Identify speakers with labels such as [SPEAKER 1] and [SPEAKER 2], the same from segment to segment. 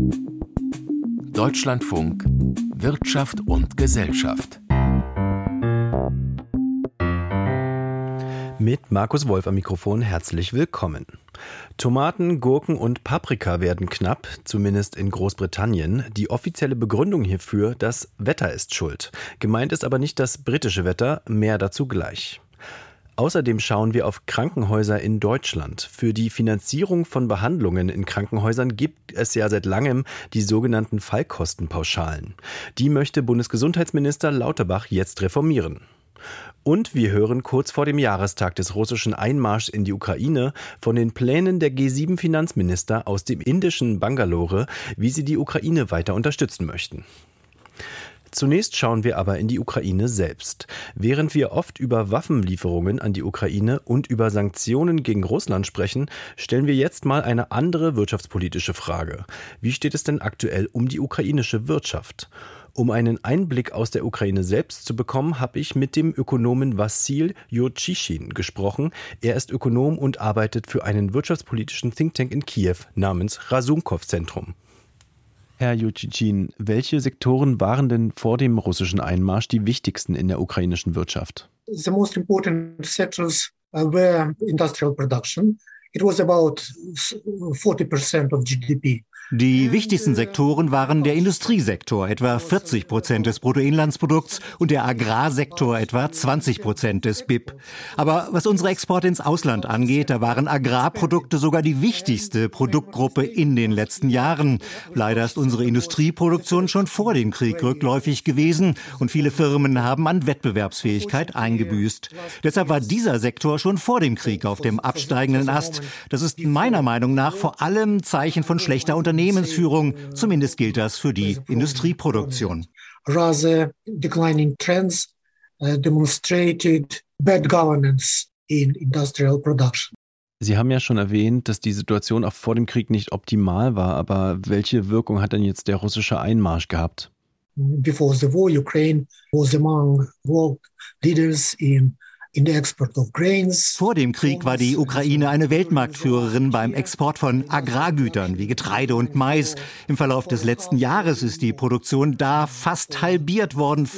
[SPEAKER 1] Deutschlandfunk Wirtschaft und Gesellschaft.
[SPEAKER 2] Mit Markus Wolf am Mikrofon herzlich willkommen. Tomaten, Gurken und Paprika werden knapp, zumindest in Großbritannien. Die offizielle Begründung hierfür: das Wetter ist schuld. Gemeint ist aber nicht das britische Wetter, mehr dazu gleich. Außerdem schauen wir auf Krankenhäuser in Deutschland. Für die Finanzierung von Behandlungen in Krankenhäusern gibt es ja seit langem die sogenannten Fallkostenpauschalen. Die möchte Bundesgesundheitsminister Lauterbach jetzt reformieren. Und wir hören kurz vor dem Jahrestag des russischen Einmarschs in die Ukraine von den Plänen der G7-Finanzminister aus dem indischen Bangalore, wie sie die Ukraine weiter unterstützen möchten. Zunächst schauen wir aber in die Ukraine selbst. Während wir oft über Waffenlieferungen an die Ukraine und über Sanktionen gegen Russland sprechen, stellen wir jetzt mal eine andere wirtschaftspolitische Frage. Wie steht es denn aktuell um die ukrainische Wirtschaft? Um einen Einblick aus der Ukraine selbst zu bekommen, habe ich mit dem Ökonomen Wassil Jurczyszyn gesprochen. Er ist Ökonom und arbeitet für einen wirtschaftspolitischen Think Tank in Kiew namens Razumkow-Zentrum. Herr Jurczyszyn, welche Sektoren waren denn vor dem russischen Einmarsch die wichtigsten in der ukrainischen Wirtschaft?
[SPEAKER 3] The most important sectors were industrial production. It was about 40% of GDP.
[SPEAKER 4] Die wichtigsten Sektoren waren der Industriesektor, etwa 40% des Bruttoinlandsprodukts, und der Agrarsektor, etwa 20% des BIP. Aber was unsere Exporte ins Ausland angeht, da waren Agrarprodukte sogar die wichtigste Produktgruppe in den letzten Jahren. Leider ist unsere Industrieproduktion schon vor dem Krieg rückläufig gewesen und viele Firmen haben an Wettbewerbsfähigkeit eingebüßt. Deshalb war dieser Sektor schon vor dem Krieg auf dem absteigenden Ast. Das ist meiner Meinung nach vor allem Zeichen von schlechter Unternehmensführung. Zumindest gilt das für die Industrieproduktion.
[SPEAKER 3] Rather, declining trends demonstrated bad governance in industrial production.
[SPEAKER 2] Sie haben ja schon erwähnt, dass die Situation auch vor dem Krieg nicht optimal war. Aber welche Wirkung hat denn jetzt der russische Einmarsch gehabt?
[SPEAKER 3] Before the war, Ukraine was among world leaders in the export of grains.
[SPEAKER 4] Vor dem Krieg war die Ukraine eine Weltmarktführerin beim Export von Agrargütern wie Getreide und Mais. Im Verlauf des letzten Jahres ist die Produktion da fast halbiert worden.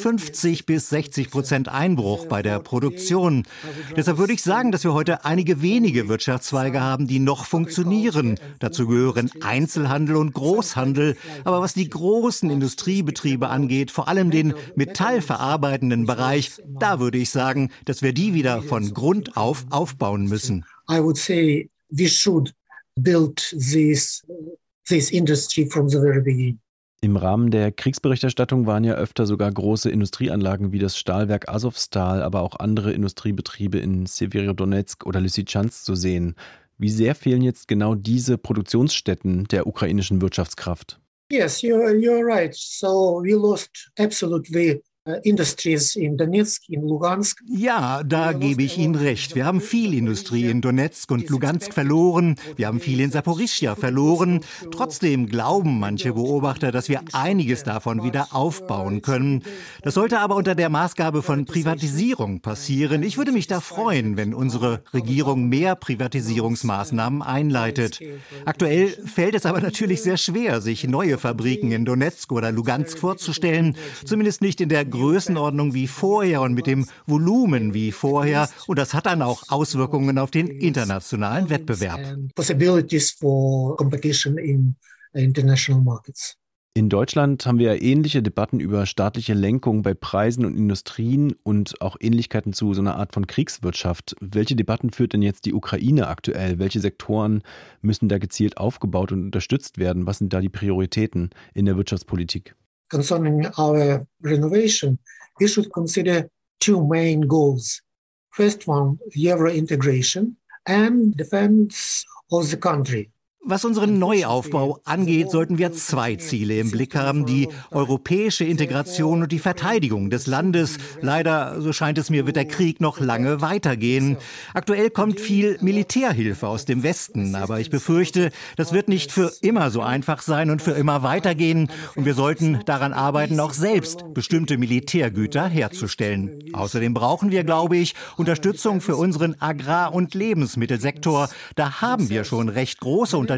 [SPEAKER 4] 50-60% Einbruch bei der Produktion. Deshalb würde ich sagen, dass wir heute einige wenige Wirtschaftszweige haben, die noch funktionieren. Dazu gehören Einzelhandel und Großhandel. Aber was die großen Industriebetriebe angeht, vor allem den metallverarbeitenden Bereich, da würde ich sagen, dass wir die wieder von Grund auf aufbauen müssen.
[SPEAKER 3] I would say we should build this industry from the very beginning.
[SPEAKER 2] Im Rahmen der Kriegsberichterstattung waren ja öfter sogar große Industrieanlagen wie das Stahlwerk Azovstal, aber auch andere Industriebetriebe in Severodonetsk oder Lysychansk zu sehen. Wie sehr fehlen jetzt genau diese Produktionsstätten der ukrainischen Wirtschaftskraft?
[SPEAKER 3] Yes, you're right. So we lost absolutely industries in Donetsk, in Lugansk.
[SPEAKER 4] Ja, da gebe ich Ihnen recht. Wir haben viel Industrie in Donetsk und Lugansk verloren. Wir haben viel in Saporischschja verloren. Trotzdem glauben manche Beobachter, dass wir einiges davon wieder aufbauen können. Das sollte aber unter der Maßgabe von Privatisierung passieren. Ich würde mich da freuen, wenn unsere Regierung mehr Privatisierungsmaßnahmen einleitet. Aktuell fällt es aber natürlich sehr schwer, sich neue Fabriken in Donetsk oder Lugansk vorzustellen. Zumindest nicht in der Größenordnung wie vorher und mit dem Volumen wie vorher. Und das hat dann auch Auswirkungen auf den internationalen Wettbewerb.
[SPEAKER 3] Possibilities for competition in international markets.
[SPEAKER 2] In Deutschland haben wir ja ähnliche Debatten über staatliche Lenkung bei Preisen und Industrien und auch Ähnlichkeiten zu so einer Art von Kriegswirtschaft. Welche Debatten führt denn jetzt die Ukraine aktuell? Welche Sektoren müssen da gezielt aufgebaut und unterstützt werden? Was sind da die Prioritäten in der Wirtschaftspolitik?
[SPEAKER 3] Concerning our renovation, we should consider two main goals. First one, Euro integration and defense of the country.
[SPEAKER 4] Was unseren Neuaufbau angeht, sollten wir zwei Ziele im Blick haben: die europäische Integration und die Verteidigung des Landes. Leider, so scheint es mir, wird der Krieg noch lange weitergehen. Aktuell kommt viel Militärhilfe aus dem Westen, aber ich befürchte, das wird nicht für immer so einfach sein und für immer weitergehen. Und wir sollten daran arbeiten, auch selbst bestimmte Militärgüter herzustellen. Außerdem brauchen wir, glaube ich, Unterstützung für unseren Agrar- und Lebensmittelsektor. Da haben wir schon recht große Unternehmen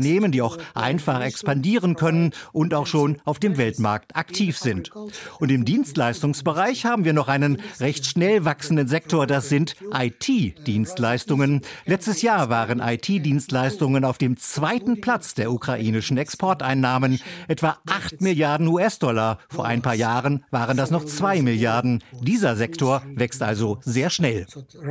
[SPEAKER 4] Unternehmen, die auch einfach expandieren können und auch schon auf dem Weltmarkt aktiv sind. Und im Dienstleistungsbereich haben wir noch einen recht schnell wachsenden Sektor, das sind IT-Dienstleistungen. Letztes Jahr waren IT-Dienstleistungen auf dem 2. Platz der ukrainischen Exporteinnahmen, etwa 8 Milliarden US-Dollar. Vor ein paar Jahren waren das noch 2 Milliarden. Dieser Sektor wächst also sehr schnell.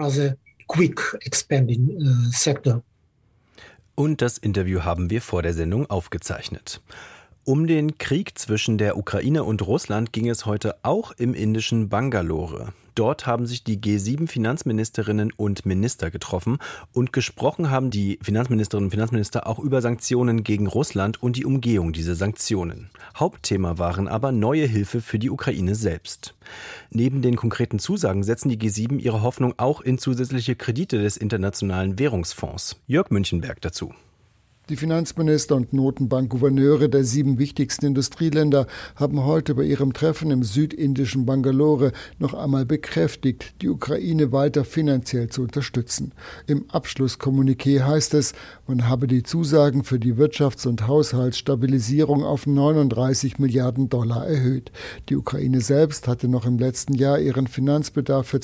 [SPEAKER 2] Und das Interview haben wir vor der Sendung aufgezeichnet. Um den Krieg zwischen der Ukraine und Russland ging es heute auch im indischen Bangalore. Dort haben sich die G7-Finanzministerinnen und Minister getroffen und gesprochen haben die Finanzministerinnen und Finanzminister auch über Sanktionen gegen Russland und die Umgehung dieser Sanktionen. Hauptthema waren aber neue Hilfe für die Ukraine selbst. Neben den konkreten Zusagen setzen die G7 ihre Hoffnung auch in zusätzliche Kredite des Internationalen Währungsfonds. Jörg Münchenberg dazu.
[SPEAKER 5] Die Finanzminister und Notenbankgouverneure der 7 wichtigsten Industrieländer haben heute bei ihrem Treffen im südindischen Bangalore noch einmal bekräftigt, die Ukraine weiter finanziell zu unterstützen. Im Abschlusskommuniqué heißt es, man habe die Zusagen für die Wirtschafts- und Haushaltsstabilisierung auf 39 Milliarden Dollar erhöht. Die Ukraine selbst hatte noch im letzten Jahr ihren Finanzbedarf für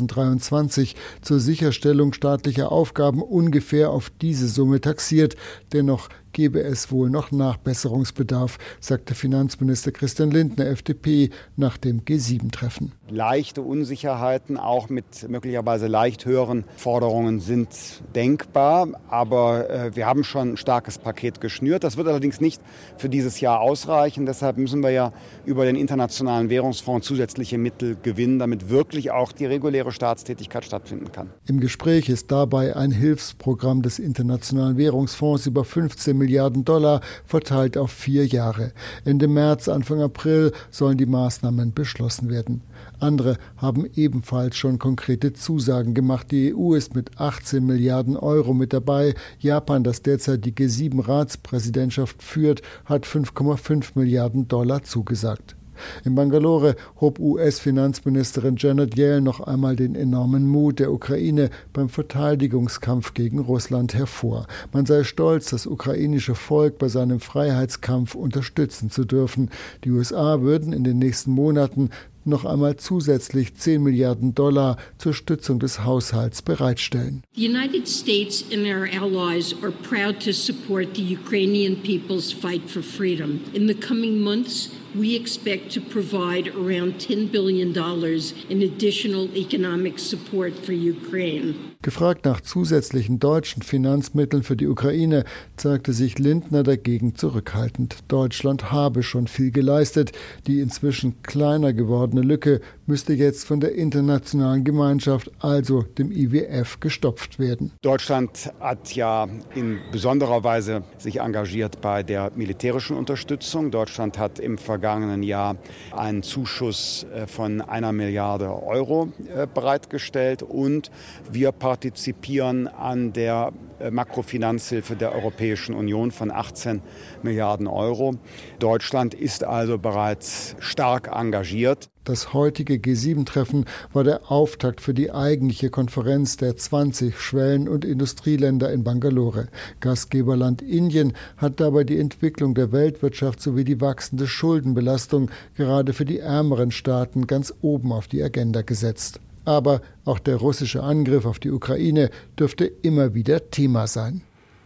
[SPEAKER 5] 2023 zur Sicherstellung staatlicher Aufgaben ungefähr auf diese Summe taxiert. Dennoch gebe es wohl noch Nachbesserungsbedarf, sagte Finanzminister Christian Lindner, FDP, nach dem G7-Treffen.
[SPEAKER 6] Leichte Unsicherheiten, auch mit möglicherweise leicht höheren Forderungen, sind denkbar. Aber wir haben schon ein starkes Paket geschnürt. Das wird allerdings nicht für dieses Jahr ausreichen. Deshalb müssen wir ja über den Internationalen Währungsfonds zusätzliche Mittel gewinnen, damit wirklich auch die reguläre Staatstätigkeit stattfinden kann.
[SPEAKER 5] Im Gespräch ist dabei ein Hilfsprogramm des Internationalen Währungsfonds über 15 Milliarden Dollar verteilt auf 4 Jahre. Ende März, Anfang April sollen die Maßnahmen beschlossen werden. Andere haben ebenfalls schon konkrete Zusagen gemacht. Die EU ist mit 18 Milliarden Euro mit dabei. Japan, das derzeit die G7-Ratspräsidentschaft führt, hat 5,5 Milliarden Dollar zugesagt. In Bangalore hob US-Finanzministerin Janet Yellen noch einmal den enormen Mut der Ukraine beim Verteidigungskampf gegen Russland hervor. Man sei stolz, das ukrainische Volk bei seinem Freiheitskampf unterstützen zu dürfen. Die USA würden in den nächsten Monaten noch einmal zusätzlich 10 Milliarden Dollar zur Stützung des Haushalts bereitstellen.
[SPEAKER 7] The United States and our allies are proud to support the Ukrainian people's fight for freedom. In the coming months, we expect to provide around $10 billion in additional economic support for Ukraine.
[SPEAKER 5] Gefragt nach zusätzlichen deutschen Finanzmitteln für die Ukraine, zeigte sich Lindner dagegen zurückhaltend. Deutschland habe schon viel geleistet. Die inzwischen kleiner gewordene Lücke müsste jetzt von der internationalen Gemeinschaft, also dem IWF, gestopft werden.
[SPEAKER 6] Deutschland hat ja in besonderer Weise sich engagiert bei der militärischen Unterstützung. Deutschland hat im vergangenen Jahr einen Zuschuss von 1 Milliarde Euro bereitgestellt und wir partizipieren an der Makrofinanzhilfe der Europäischen Union von 18 Milliarden Euro. Deutschland ist also bereits stark engagiert.
[SPEAKER 5] Das heutige G7-Treffen war der Auftakt für die eigentliche Konferenz der 20 Schwellen- und Industrieländer in Bangalore. Gastgeberland Indien hat dabei die Entwicklung der Weltwirtschaft sowie die wachsende Schuldenbelastung gerade für die ärmeren Staaten ganz oben auf die Agenda gesetzt. Aber auch der russische Angriff auf die Ukraine dürfte immer wieder Thema sein.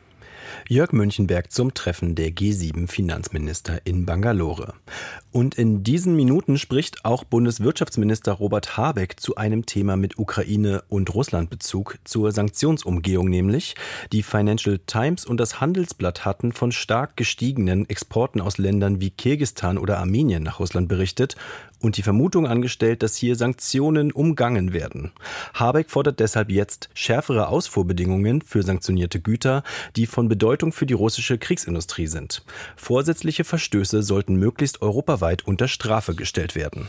[SPEAKER 2] Jörg Münchenberg zum Treffen der G7-Finanzminister in Bangalore. Und in diesen Minuten spricht auch Bundeswirtschaftsminister Robert Habeck zu einem Thema mit Ukraine- und Russlandbezug, zur Sanktionsumgehung nämlich. Die Financial Times und das Handelsblatt hatten von stark gestiegenen Exporten aus Ländern wie Kirgisistan oder Armenien nach Russland berichtet und die Vermutung angestellt, dass hier Sanktionen umgangen werden. Habeck fordert deshalb jetzt schärfere Ausfuhrbedingungen für sanktionierte Güter, die von Bedeutung für die russische Kriegsindustrie sind. Vorsätzliche Verstöße sollten möglichst europaweit unter Strafe gestellt werden.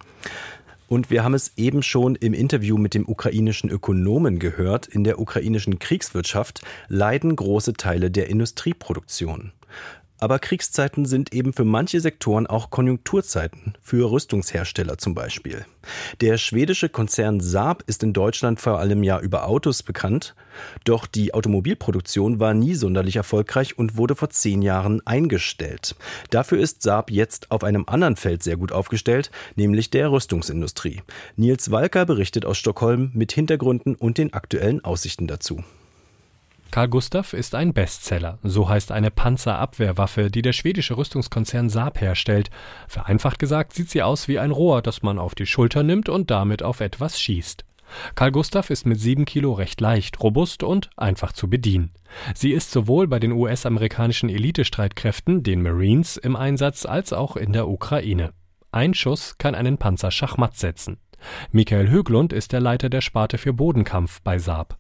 [SPEAKER 2] Und wir haben es eben schon im Interview mit dem ukrainischen Ökonomen gehört, in der ukrainischen Kriegswirtschaft leiden große Teile der Industrieproduktion. Aber Kriegszeiten sind eben für manche Sektoren auch Konjunkturzeiten, für Rüstungshersteller zum Beispiel. Der schwedische Konzern Saab ist in Deutschland vor allem ja über Autos bekannt. Doch die Automobilproduktion war nie sonderlich erfolgreich und wurde vor 10 Jahren eingestellt. Dafür ist Saab jetzt auf einem anderen Feld sehr gut aufgestellt, nämlich der Rüstungsindustrie. Nils Walker berichtet aus Stockholm mit Hintergründen und den aktuellen Aussichten dazu.
[SPEAKER 8] Carl Gustaf ist ein Bestseller. So heißt eine Panzerabwehrwaffe, die der schwedische Rüstungskonzern Saab herstellt. Vereinfacht gesagt sieht sie aus wie ein Rohr, das man auf die Schulter nimmt und damit auf etwas schießt. Carl Gustaf ist mit 7 Kilo recht leicht, robust und einfach zu bedienen. Sie ist sowohl bei den US-amerikanischen Elitestreitkräften, den Marines, im Einsatz als auch in der Ukraine. Ein Schuss kann einen Panzer schachmatt setzen. Michael Höglund ist der Leiter der Sparte für Bodenkampf bei Saab.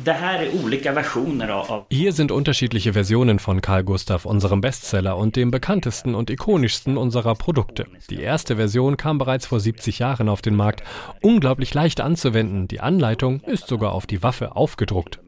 [SPEAKER 8] Hier sind unterschiedliche Versionen von Carl Gustaf, unserem Bestseller und dem bekanntesten und ikonischsten unserer Produkte. Die erste Version kam bereits vor 70 Jahren auf den Markt. Unglaublich leicht anzuwenden. Die Anleitung ist sogar auf die Waffe aufgedruckt.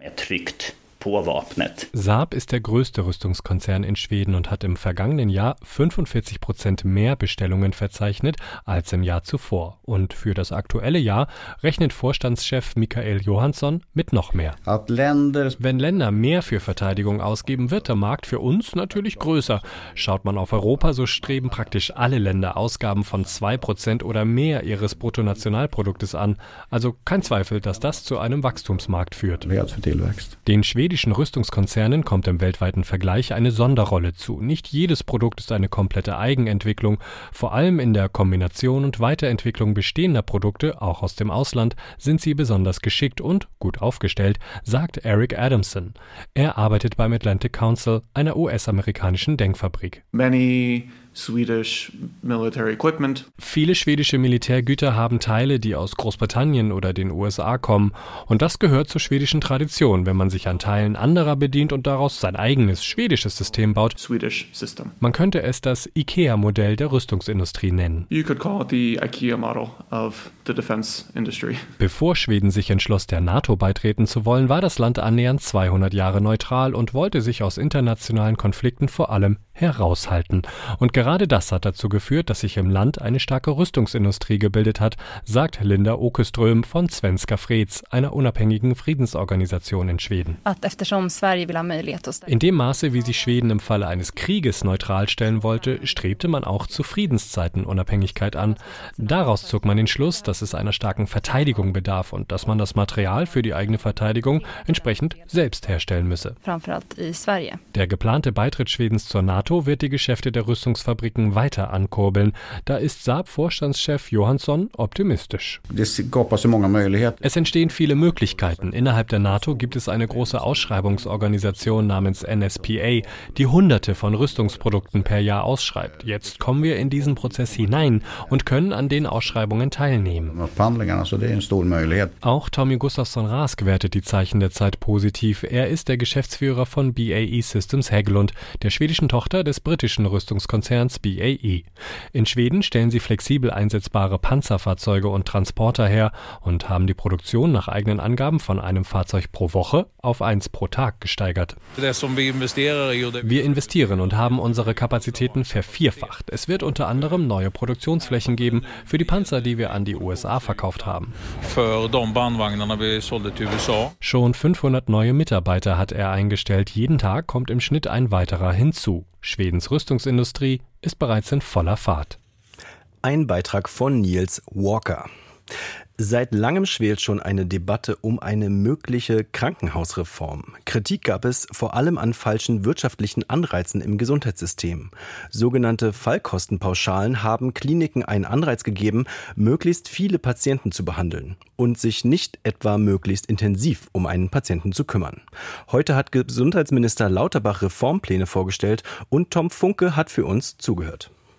[SPEAKER 8] Saab ist der größte Rüstungskonzern in Schweden und hat im vergangenen Jahr 45% mehr Bestellungen verzeichnet als im Jahr zuvor. Und für das aktuelle Jahr rechnet Vorstandschef Mikael Johansson mit noch mehr. Wenn Länder mehr für Verteidigung ausgeben, wird der Markt für uns natürlich größer. Schaut man auf Europa, so streben praktisch alle Länder Ausgaben von 2% oder mehr ihres Bruttonationalproduktes an. Also kein Zweifel, dass das zu einem Wachstumsmarkt führt. Den schwedischen Rüstungskonzernen kommt im weltweiten Vergleich eine Sonderrolle zu. Nicht jedes Produkt ist eine komplette Eigenentwicklung. Vor allem in der Kombination und Weiterentwicklung bestehender Produkte, auch aus dem Ausland, sind sie besonders geschickt und gut aufgestellt, sagt Eric Adamson. Er arbeitet beim Atlantic Council, einer US-amerikanischen Denkfabrik. Viele schwedische Militärgüter haben Teile, die aus Großbritannien oder den USA kommen. Und das gehört zur schwedischen Tradition, wenn man sich an Teilen anderer bedient und daraus sein eigenes schwedisches System baut. Man könnte es das IKEA-Modell der Rüstungsindustrie nennen. Bevor Schweden sich entschloss, der NATO beitreten zu wollen, war das Land annähernd 200 Jahre neutral und wollte sich aus internationalen Konflikten vor allem heraushalten. Und gerade das hat dazu geführt, dass sich im Land eine starke Rüstungsindustrie gebildet hat, sagt Linda Åkerström von Svenska Freds, einer unabhängigen Friedensorganisation in Schweden. In dem Maße, wie sich Schweden im Falle eines Krieges neutral stellen wollte, strebte man auch zu Friedenszeiten Unabhängigkeit an. Daraus zog man den Schluss, dass es einer starken Verteidigung bedarf und dass man das Material für die eigene Verteidigung entsprechend selbst herstellen müsse. Der geplante Beitritt Schwedens zur NATO wird die Geschäfte der Rüstungsfabriken weiter ankurbeln. Da ist Saab-Vorstandschef Johansson optimistisch. Es entstehen viele Möglichkeiten. Innerhalb der NATO gibt es eine große Ausschreibungsorganisation namens NSPA, die Hunderte von Rüstungsprodukten per Jahr ausschreibt. Jetzt kommen wir in diesen Prozess hinein und können an den Ausschreibungen teilnehmen. Auch Tommy Gustafsson-Rask wertet die Zeichen der Zeit positiv. Er ist der Geschäftsführer von BAE Systems Hägglund, der schwedischen Tochter des britischen Rüstungskonzerns BAE. In Schweden stellen sie flexibel einsetzbare Panzerfahrzeuge und Transporter her und haben die Produktion nach eigenen Angaben von einem Fahrzeug pro Woche auf 1 pro Tag gesteigert. Wir investieren und haben unsere Kapazitäten vervierfacht. Es wird unter anderem neue Produktionsflächen geben für die Panzer, die wir an die USA verkauft haben. Schon 500 neue Mitarbeiter hat er eingestellt. Jeden Tag kommt im Schnitt ein weiterer hinzu. Schwedens Rüstungsindustrie ist bereits in voller Fahrt.
[SPEAKER 2] Ein Beitrag von Niels Walker. Seit langem schwelt schon eine Debatte um eine mögliche Krankenhausreform. Kritik gab es vor allem an falschen wirtschaftlichen Anreizen im Gesundheitssystem. Sogenannte Fallkostenpauschalen haben Kliniken einen Anreiz gegeben, möglichst viele Patienten zu behandeln und sich nicht etwa möglichst intensiv um einen Patienten zu kümmern. Heute hat Gesundheitsminister Lauterbach Reformpläne vorgestellt und Tom Funke hat für uns zugehört.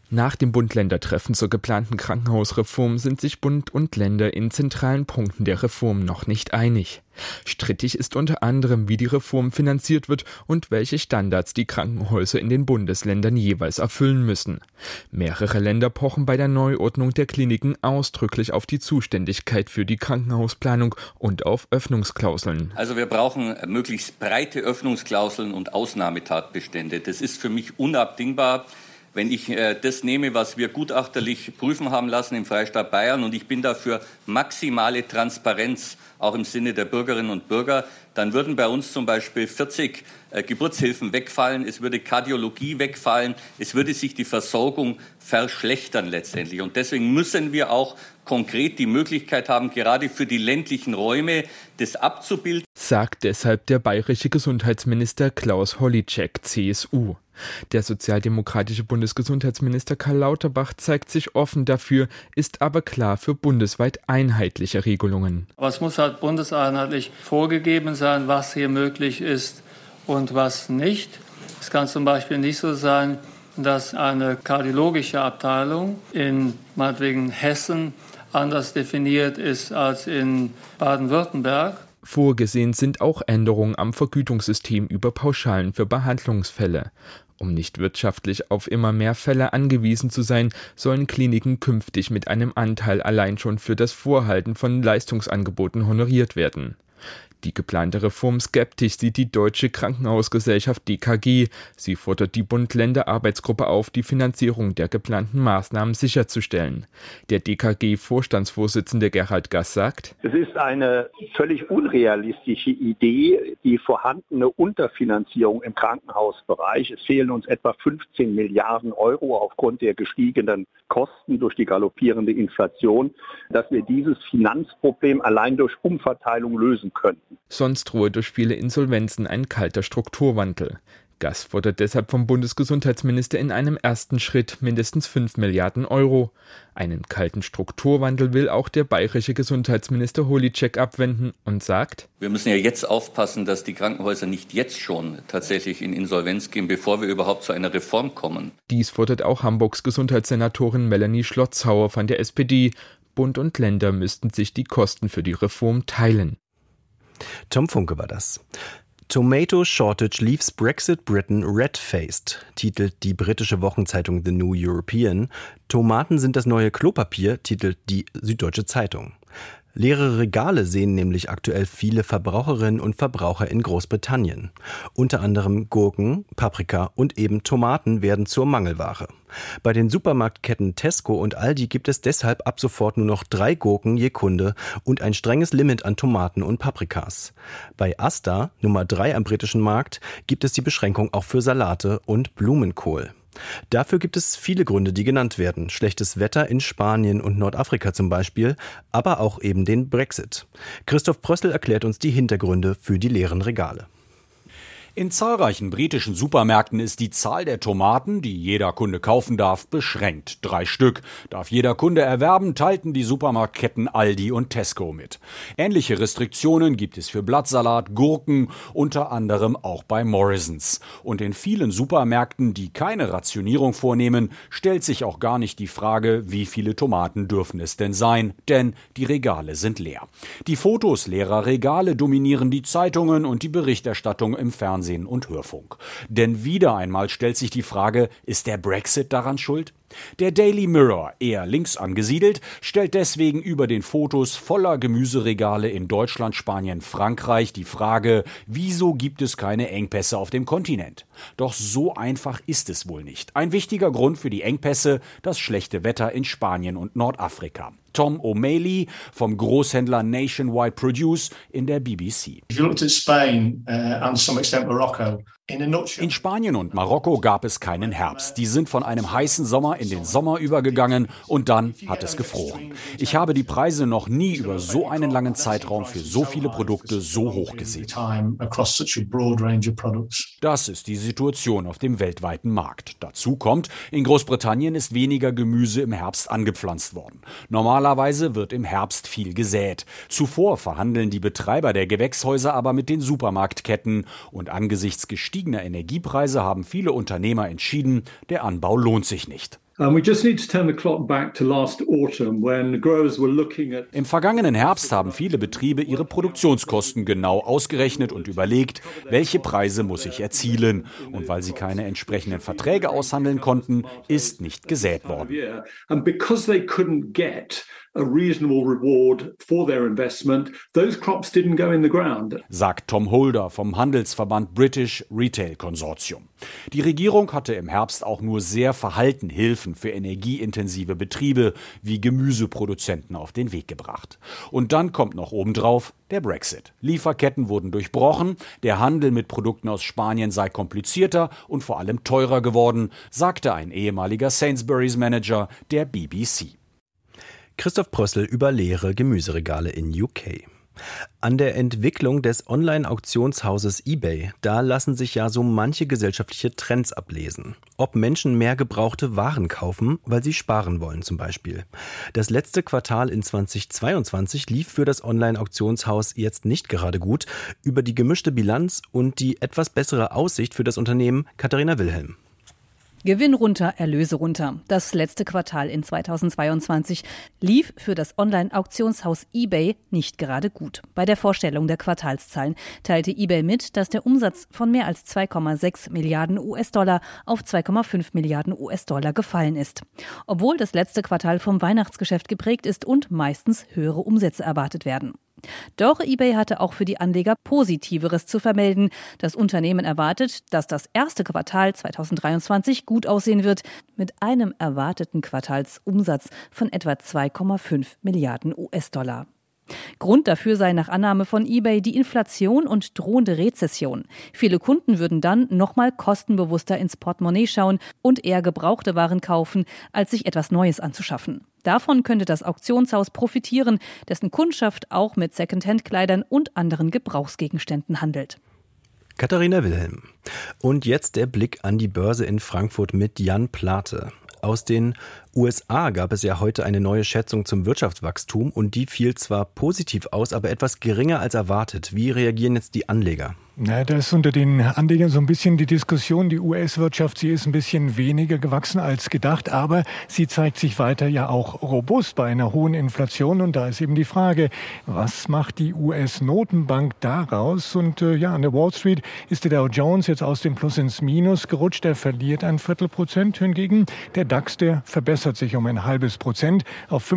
[SPEAKER 9] Nach dem Bund-Länder-Treffen zur geplanten Krankenhausreform sind sich Bund und Länder in zentralen Punkten der Reform noch nicht einig. Strittig ist unter anderem, wie die Reform finanziert wird und welche Standards die Krankenhäuser in den Bundesländern jeweils erfüllen müssen. Mehrere Länder pochen bei der Neuordnung der Kliniken ausdrücklich auf die Zuständigkeit für die Krankenhausplanung und auf Öffnungsklauseln.
[SPEAKER 10] Also wir brauchen möglichst breite Öffnungsklauseln und Ausnahmetatbestände. Das ist für mich unabdingbar. Wenn ich das nehme, was wir gutachterlich prüfen haben lassen im Freistaat Bayern, und ich bin dafür maximale Transparenz, auch im Sinne der Bürgerinnen und Bürger, dann würden bei uns zum Beispiel 40 Geburtshilfen wegfallen, es würde Kardiologie wegfallen, es würde sich die Versorgung verschlechtern letztendlich. Und deswegen müssen wir auch konkret die Möglichkeit haben, gerade für die ländlichen Räume das abzubilden.
[SPEAKER 9] Sagt deshalb der bayerische Gesundheitsminister Klaus Holleczek, CSU. Der sozialdemokratische Bundesgesundheitsminister Karl Lauterbach zeigt sich offen dafür, ist aber klar für bundesweit einheitliche Regelungen.
[SPEAKER 11] Aber es muss halt bundeseinheitlich vorgegeben sein, was hier möglich ist und was nicht. Es kann zum Beispiel nicht so sein, dass eine kardiologische Abteilung in meinetwegen Hessen anders definiert ist als in Baden-Württemberg.
[SPEAKER 9] Vorgesehen sind auch Änderungen am Vergütungssystem über Pauschalen für Behandlungsfälle. Um nicht wirtschaftlich auf immer mehr Fälle angewiesen zu sein, sollen Kliniken künftig mit einem Anteil allein schon für das Vorhalten von Leistungsangeboten honoriert werden. Die geplante Reform skeptisch sieht die Deutsche Krankenhausgesellschaft DKG. Sie fordert die Bund-Länder-Arbeitsgruppe auf, die Finanzierung der geplanten Maßnahmen sicherzustellen. Der DKG-Vorstandsvorsitzende Gerhard Gass sagt:
[SPEAKER 12] Es ist eine völlig unrealistische Idee, die vorhandene Unterfinanzierung im Krankenhausbereich. Es fehlen uns etwa 15 Milliarden Euro aufgrund der gestiegenen Kosten durch die galoppierende Inflation, dass wir dieses Finanzproblem allein durch Umverteilung lösen können.
[SPEAKER 9] Sonst drohe durch viele Insolvenzen ein kalter Strukturwandel. Gass fordert deshalb vom Bundesgesundheitsminister in einem ersten Schritt mindestens 5 Milliarden Euro. Einen kalten Strukturwandel will auch der bayerische Gesundheitsminister Holleczek abwenden und sagt:
[SPEAKER 10] Wir müssen ja jetzt aufpassen, dass die Krankenhäuser nicht jetzt schon tatsächlich in Insolvenz gehen, bevor wir überhaupt zu einer Reform kommen.
[SPEAKER 9] Dies fordert auch Hamburgs Gesundheitssenatorin Melanie Schlotzhauer von der SPD. Bund und Länder müssten sich die Kosten für die Reform teilen.
[SPEAKER 2] Tom Funke war das. Tomato Shortage leaves Brexit Britain red-faced, titelt die britische Wochenzeitung The New European. Tomaten sind das neue Klopapier, titelt die Süddeutsche Zeitung. Leere Regale sehen nämlich aktuell viele Verbraucherinnen und Verbraucher in Großbritannien. Unter anderem Gurken, Paprika und eben Tomaten werden zur Mangelware. Bei den Supermarktketten Tesco und Aldi gibt es deshalb ab sofort nur noch 3 Gurken je Kunde und ein strenges Limit an Tomaten und Paprikas. Bei Asda, Nummer 3 am britischen Markt, gibt es die Beschränkung auch für Salate und Blumenkohl. Dafür gibt es viele Gründe, die genannt werden. Schlechtes Wetter in Spanien und Nordafrika zum Beispiel, aber auch eben den Brexit. Christoph Prössl erklärt uns die Hintergründe für die leeren Regale.
[SPEAKER 13] In zahlreichen britischen Supermärkten ist die Zahl der Tomaten, die jeder Kunde kaufen darf, beschränkt. 3 Stück darf jeder Kunde erwerben, teilten die Supermarktketten Aldi und Tesco mit. Ähnliche Restriktionen gibt es für Blattsalat, Gurken, unter anderem auch bei Morrisons. Und in vielen Supermärkten, die keine Rationierung vornehmen, stellt sich auch gar nicht die Frage, wie viele Tomaten dürfen es denn sein, denn die Regale sind leer. Die Fotos leerer Regale dominieren die Zeitungen und die Berichterstattung im Fernsehen und Hörfunk. Denn wieder einmal stellt sich die Frage, ist der Brexit daran schuld? Der Daily Mirror, eher links angesiedelt, stellt deswegen über den Fotos voller Gemüseregale in Deutschland, Spanien, Frankreich die Frage, wieso gibt es keine Engpässe auf dem Kontinent? Doch so einfach ist es wohl nicht. Ein wichtiger Grund für die Engpässe, das schlechte Wetter in Spanien und Nordafrika. Tom O'Malley vom Großhändler Nationwide Produce in der BBC. In Spanien und Marokko gab es keinen Herbst. Die sind von einem heißen Sommer in den Sommer übergegangen und dann hat es gefroren. Ich habe die Preise noch nie über so einen langen Zeitraum für so viele Produkte so hoch gesehen. Das ist die Situation auf dem weltweiten Markt. Dazu kommt, in Großbritannien ist weniger Gemüse im Herbst angepflanzt worden. Normalerweise wird im Herbst viel gesät. Zuvor verhandeln die Betreiber der Gewächshäuser aber mit den Supermarktketten und angesichts gestiegener Energiepreise haben viele Unternehmer entschieden, der Anbau lohnt sich nicht. Im vergangenen Herbst haben viele Betriebe ihre Produktionskosten genau ausgerechnet und überlegt, welche Preise muss ich erzielen. Und weil sie keine entsprechenden Verträge aushandeln konnten, ist nicht gesät worden. Sagt Tom Holder vom Handelsverband British Retail Consortium. Die Regierung hatte im Herbst auch nur sehr verhalten Hilfen für energieintensive Betriebe wie Gemüseproduzenten auf den Weg gebracht. Und dann kommt noch obendrauf der Brexit. Lieferketten wurden durchbrochen, der Handel mit Produkten aus Spanien sei komplizierter und vor allem teurer geworden, sagte ein ehemaliger Sainsbury's-Manager der BBC.
[SPEAKER 2] Christoph Prössl über leere Gemüseregale in UK. An der Entwicklung des Online-Auktionshauses eBay, da lassen sich ja so manche gesellschaftliche Trends ablesen. Ob Menschen mehr gebrauchte Waren kaufen, weil sie sparen wollen zum Beispiel. Das letzte Quartal in 2022 lief für das Online-Auktionshaus jetzt nicht gerade gut. Über die gemischte Bilanz und die etwas bessere Aussicht für das Unternehmen Katharina Wilhelm.
[SPEAKER 14] Gewinn runter, Erlöse runter. Das letzte Quartal in 2022 lief für das Online-Auktionshaus eBay nicht gerade gut. Bei der Vorstellung der Quartalszahlen teilte eBay mit, dass der Umsatz von mehr als 2,6 Milliarden US-Dollar auf 2,5 Milliarden US-Dollar gefallen ist. Obwohl das letzte Quartal vom Weihnachtsgeschäft geprägt ist und meistens höhere Umsätze erwartet werden. Doch eBay hatte auch für die Anleger Positiveres zu vermelden. Das Unternehmen erwartet, dass das erste Quartal 2023 gut aussehen wird, mit einem erwarteten Quartalsumsatz von etwa 2,5 Milliarden US-Dollar. Grund dafür sei nach Annahme von eBay die Inflation und drohende Rezession. Viele Kunden würden dann nochmal kostenbewusster ins Portemonnaie schauen und eher gebrauchte Waren kaufen, als sich etwas Neues anzuschaffen. Davon könnte das Auktionshaus profitieren, dessen Kundschaft auch mit Secondhand-Kleidern und anderen Gebrauchsgegenständen handelt.
[SPEAKER 2] Katharina Wilhelm. Und jetzt der Blick an die Börse in Frankfurt mit Jan Plate. Aus den USA gab es ja heute eine neue Schätzung zum Wirtschaftswachstum und die fiel zwar positiv aus, aber etwas geringer als erwartet. Wie reagieren jetzt die Anleger?
[SPEAKER 15] Na, da ist unter den Anlegern so ein bisschen die Diskussion, die US-Wirtschaft, sie ist ein bisschen weniger gewachsen als gedacht, aber sie zeigt sich weiter ja auch robust bei einer hohen Inflation. Und da ist eben die Frage, was macht die US-Notenbank daraus? Und an der Wall Street ist der Dow Jones jetzt aus dem Plus ins Minus gerutscht, der verliert 0,25%. Hingegen der DAX, der verbessert sich um 0,5% auf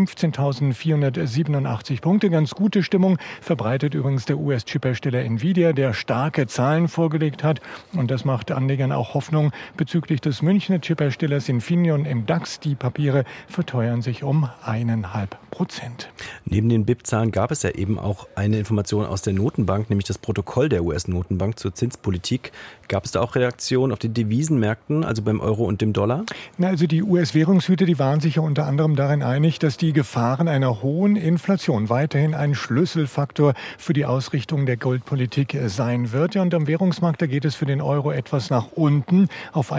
[SPEAKER 15] 15.487 Punkte. Ganz gute Stimmung verbreitet übrigens der US-Chiphersteller Nvidia, der starke Zahlen vorgelegt hat. Und das macht Anlegern auch Hoffnung bezüglich des Münchner Chipherstellers Infineon im DAX. Die Papiere verteuern sich um 1,5%.
[SPEAKER 2] Neben den BIP-Zahlen gab es ja eben auch eine Information aus der Notenbank, nämlich das Protokoll der US-Notenbank zur Zinspolitik. Gab es da auch Reaktionen auf die Devisenmärkten, also beim Euro und dem Dollar?
[SPEAKER 15] Also die US-Währungshüter, die waren sich ja unter anderem darin einig, dass die Gefahren einer hohen Inflation weiterhin ein Schlüsselfaktor für die Ausrichtung der Geldpolitik sein wird. Ja, und am Währungsmarkt, da geht es für den Euro etwas nach unten auf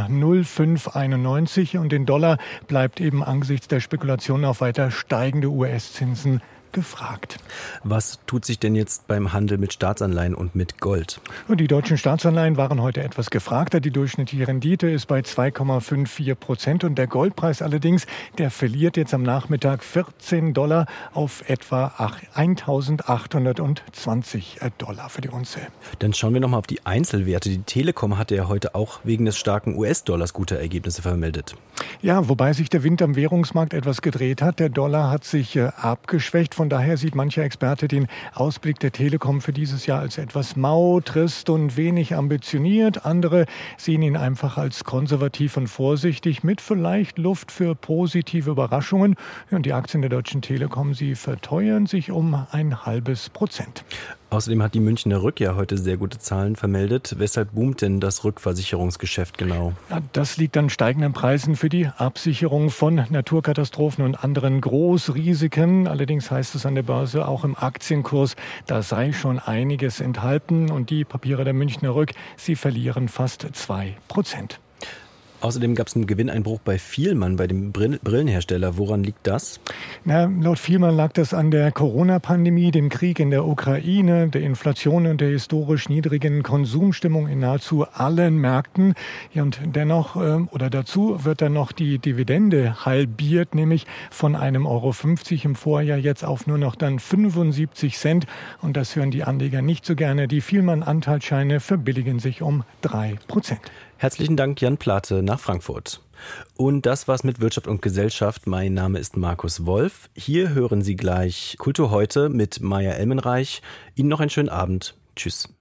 [SPEAKER 15] $1,0591 und den Dollar bleibt eben angesichts der Spekulation auf weiter steigende US-Zinsen gefragt.
[SPEAKER 2] Was tut sich denn jetzt beim Handel mit Staatsanleihen und mit Gold?
[SPEAKER 15] Und die deutschen Staatsanleihen waren heute etwas gefragter. Die durchschnittliche Rendite ist bei 2,54% und der Goldpreis allerdings, der verliert jetzt am Nachmittag $14 auf etwa 1.820 Dollar für die Unze.
[SPEAKER 2] Dann schauen wir nochmal auf die Einzelwerte. Die Telekom hatte ja heute auch wegen des starken US-Dollars gute Ergebnisse vermeldet.
[SPEAKER 15] Ja, wobei sich der Wind am Währungsmarkt etwas gedreht hat. Der Dollar hat sich abgeschwächt. Von daher sieht mancher Experte den Ausblick der Telekom für dieses Jahr als etwas mau, trist und wenig ambitioniert. Andere sehen ihn einfach als konservativ und vorsichtig mit vielleicht Luft für positive Überraschungen. Und die Aktien der Deutschen Telekom, sie verteuern sich um 0,5%.
[SPEAKER 2] Außerdem hat die Münchner Rück ja heute sehr gute Zahlen vermeldet. Weshalb boomt denn das Rückversicherungsgeschäft genau?
[SPEAKER 15] Ja, das liegt an steigenden Preisen für die Absicherung von Naturkatastrophen und anderen Großrisiken. Allerdings heißt es an der Börse, auch im Aktienkurs, da sei schon einiges enthalten. Und die Papiere der Münchner Rück, sie verlieren fast 2%.
[SPEAKER 2] Außerdem gab es einen Gewinneinbruch bei Fielmann, bei dem Brillenhersteller. Woran liegt das?
[SPEAKER 15] Laut Fielmann lag das an der Corona-Pandemie, dem Krieg in der Ukraine, der Inflation und der historisch niedrigen Konsumstimmung in nahezu allen Märkten. Ja, und dennoch dazu wird dann noch die Dividende halbiert, nämlich von einem €1,50 im Vorjahr jetzt auf nur noch dann 75 Cent. Und das hören die Anleger nicht so gerne. Die Fielmann-Anteilsscheine verbilligen sich um 3%.
[SPEAKER 2] Herzlichen Dank, Jan Plate nach Frankfurt. Und das war's mit Wirtschaft und Gesellschaft. Mein Name ist Markus Wolf. Hier hören Sie gleich Kultur heute mit Maja Elmenreich. Ihnen noch einen schönen Abend. Tschüss.